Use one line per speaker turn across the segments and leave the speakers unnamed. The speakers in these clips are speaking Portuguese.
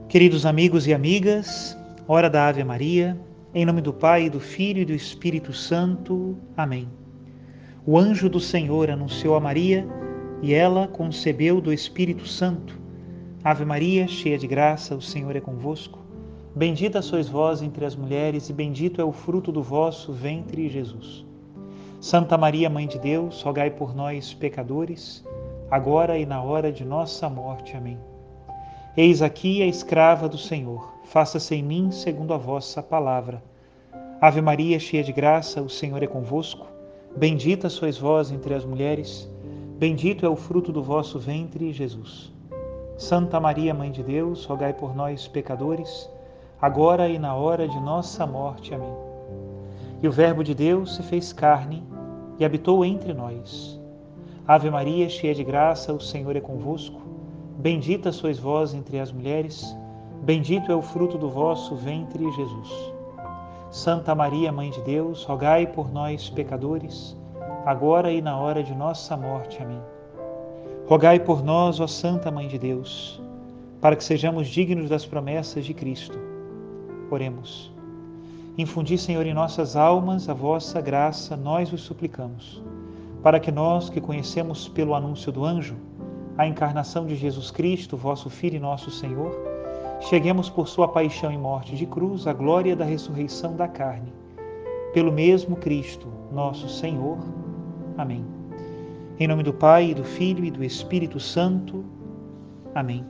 Queridos amigos e amigas, hora da Ave Maria, em nome do Pai, do Filho e do Espírito Santo. Amém. O anjo do Senhor anunciou a Maria e ela concebeu do Espírito Santo. Ave Maria, cheia de graça, o Senhor é convosco. Bendita sois vós entre as mulheres e bendito é o fruto do vosso ventre, Jesus. Santa Maria, Mãe de Deus, rogai por nós, pecadores, agora e na hora de nossa morte. Amém. Eis aqui a escrava do Senhor, faça-se em mim segundo a vossa palavra. Ave Maria, cheia de graça, o Senhor é convosco. Bendita sois vós entre as mulheres, bendito é o fruto do vosso ventre, Jesus. Santa Maria, Mãe de Deus, rogai por nós, pecadores, agora e na hora de nossa morte. Amém. E o Verbo de Deus se fez carne e habitou entre nós. Ave Maria, cheia de graça, o Senhor é convosco. Bendita sois vós entre as mulheres, bendito é o fruto do vosso ventre, Jesus. Santa Maria, Mãe de Deus, rogai por nós, pecadores, agora e na hora de nossa morte. Amém. Rogai por nós, ó Santa Mãe de Deus, para que sejamos dignos das promessas de Cristo. Oremos. Infundi, Senhor, em nossas almas a vossa graça, nós vos suplicamos, para que nós, que conhecemos pelo anúncio do anjo a encarnação de Jesus Cristo, vosso Filho e nosso Senhor, cheguemos por sua paixão e morte de cruz à glória da ressurreição da carne. Pelo mesmo Cristo, nosso Senhor. Amém. Em nome do Pai, do Filho e do Espírito Santo. Amém.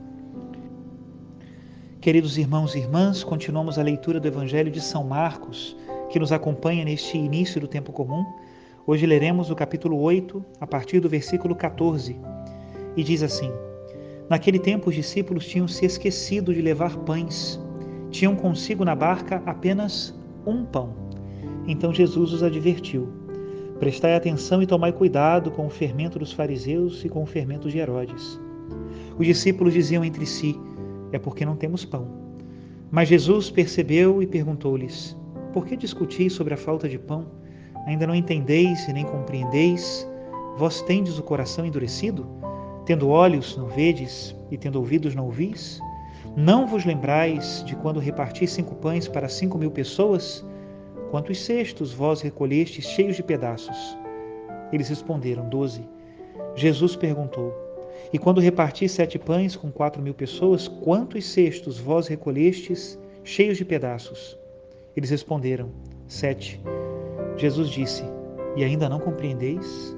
Queridos irmãos e irmãs, continuamos a leitura do Evangelho de São Marcos, que nos acompanha neste início do tempo comum. Hoje leremos o capítulo 8, a partir do versículo 14. E diz assim: Naquele tempo os discípulos tinham se esquecido de levar pães. Tinham consigo na barca apenas um pão. Então Jesus os advertiu: Prestai atenção e tomai cuidado com o fermento dos fariseus e com o fermento de Herodes. Os discípulos diziam entre si: É porque não temos pão. Mas Jesus percebeu e perguntou-lhes: Por que discutis sobre a falta de pão? Ainda não entendeis e nem compreendeis? Vós tendes o coração endurecido? Tendo olhos, não vedes, e tendo ouvidos, não ouvis? Não vos lembrais de quando reparti 5 pães para 5.000 pessoas? Quantos cestos vós recolhestes cheios de pedaços? Eles responderam: 12. Jesus perguntou: E quando reparti 7 pães com 4.000 pessoas, quantos cestos vós recolhestes cheios de pedaços? Eles responderam: 7. Jesus disse: E ainda não compreendeis?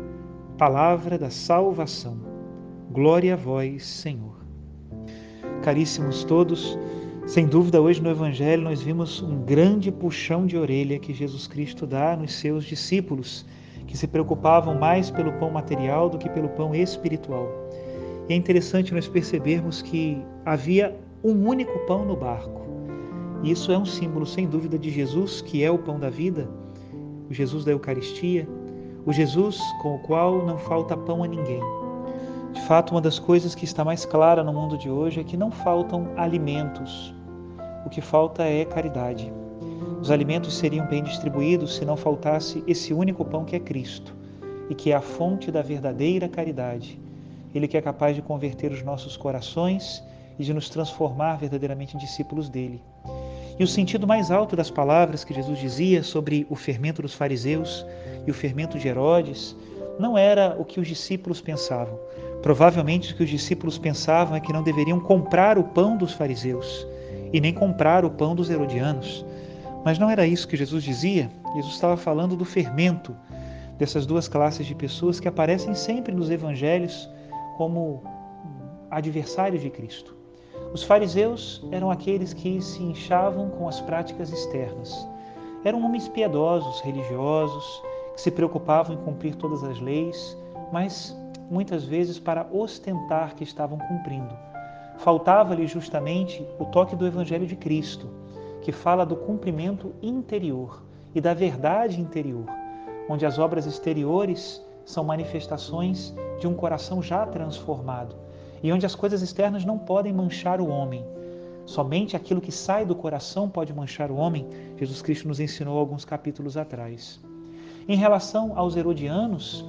Palavra da salvação. Glória a vós, Senhor. Caríssimos todos, sem dúvida hoje no Evangelho nós vimos um grande puxão de orelha que Jesus Cristo dá nos seus discípulos, que se preocupavam mais pelo pão material do que pelo pão espiritual. E é interessante nós percebermos que havia um único pão no barco. E isso é um símbolo, sem dúvida, de Jesus, que é o pão da vida, o Jesus da Eucaristia, o Jesus com o qual não falta pão a ninguém. De fato, uma das coisas que está mais clara no mundo de hoje é que não faltam alimentos. O que falta é caridade. Os alimentos seriam bem distribuídos se não faltasse esse único pão que é Cristo e que é a fonte da verdadeira caridade. Ele que é capaz de converter os nossos corações e de nos transformar verdadeiramente em discípulos dele. E o sentido mais alto das palavras que Jesus dizia sobre o fermento dos fariseus e o fermento de Herodes não era o que os discípulos pensavam. Provavelmente o que os discípulos pensavam é que não deveriam comprar o pão dos fariseus e nem comprar o pão dos herodianos. Mas não era isso que Jesus dizia. Jesus estava falando do fermento dessas duas classes de pessoas que aparecem sempre nos evangelhos como adversários de Cristo. Os fariseus eram aqueles que se inchavam com as práticas externas. Eram homens piedosos, religiosos, que se preocupavam em cumprir todas as leis, mas muitas vezes para ostentar que estavam cumprindo. Faltava-lhe justamente o toque do Evangelho de Cristo, que fala do cumprimento interior e da verdade interior, onde as obras exteriores são manifestações de um coração já transformado e onde as coisas externas não podem manchar o homem. Somente aquilo que sai do coração pode manchar o homem. Jesus Cristo nos ensinou alguns capítulos atrás. Em relação aos herodianos,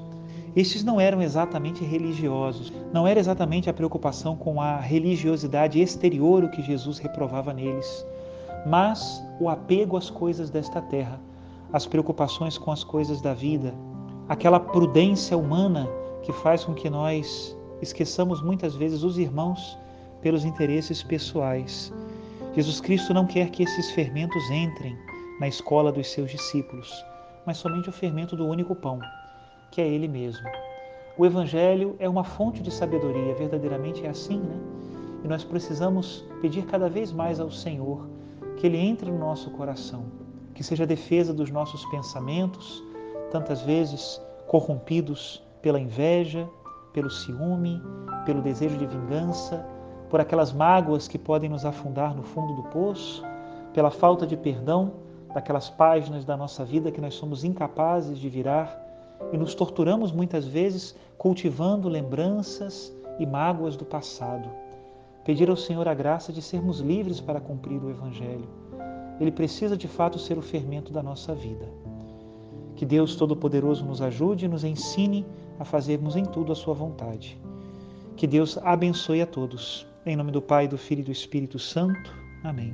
Estes não eram exatamente religiosos, não era exatamente a preocupação com a religiosidade exterior o que Jesus reprovava neles, mas o apego às coisas desta terra, as preocupações com as coisas da vida, aquela prudência humana que faz com que nós esqueçamos muitas vezes os irmãos pelos interesses pessoais. Jesus Cristo não quer que esses fermentos entrem na escola dos seus discípulos, mas somente o fermento do único pão, que é Ele mesmo. O Evangelho é uma fonte de sabedoria, verdadeiramente é assim, né? E nós precisamos pedir cada vez mais ao Senhor que Ele entre no nosso coração, que seja a defesa dos nossos pensamentos, tantas vezes corrompidos pela inveja, pelo ciúme, pelo desejo de vingança, por aquelas mágoas que podem nos afundar no fundo do poço, pela falta de perdão daquelas páginas da nossa vida que nós somos incapazes de virar e nos torturamos muitas vezes cultivando lembranças e mágoas do passado. Pedir ao Senhor a graça de sermos livres para cumprir o Evangelho. Ele precisa de fato ser o fermento da nossa vida. Que Deus Todo-Poderoso nos ajude e nos ensine a fazermos em tudo a sua vontade. Que Deus abençoe a todos. Em nome do Pai, do Filho e do Espírito Santo. Amém.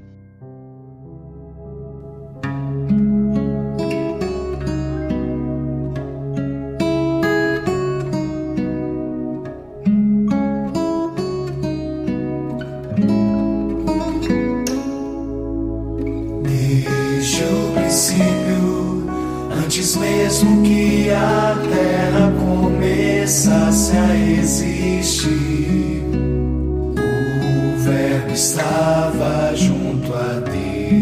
Desde o princípio, antes mesmo que a terra começasse a existir, o Verbo estava junto a Deus.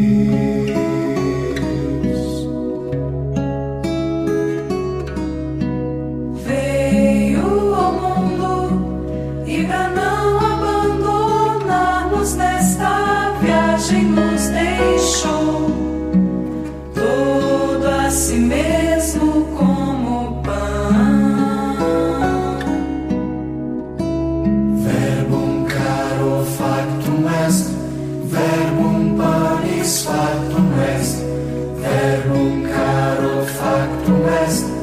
Veio ao mundo e pra não abandonar-nos nesta viagem nos deixou todo a si mesmo como pão.
Verbum caro factum est, verbum panis factum est, verbum caro factum est,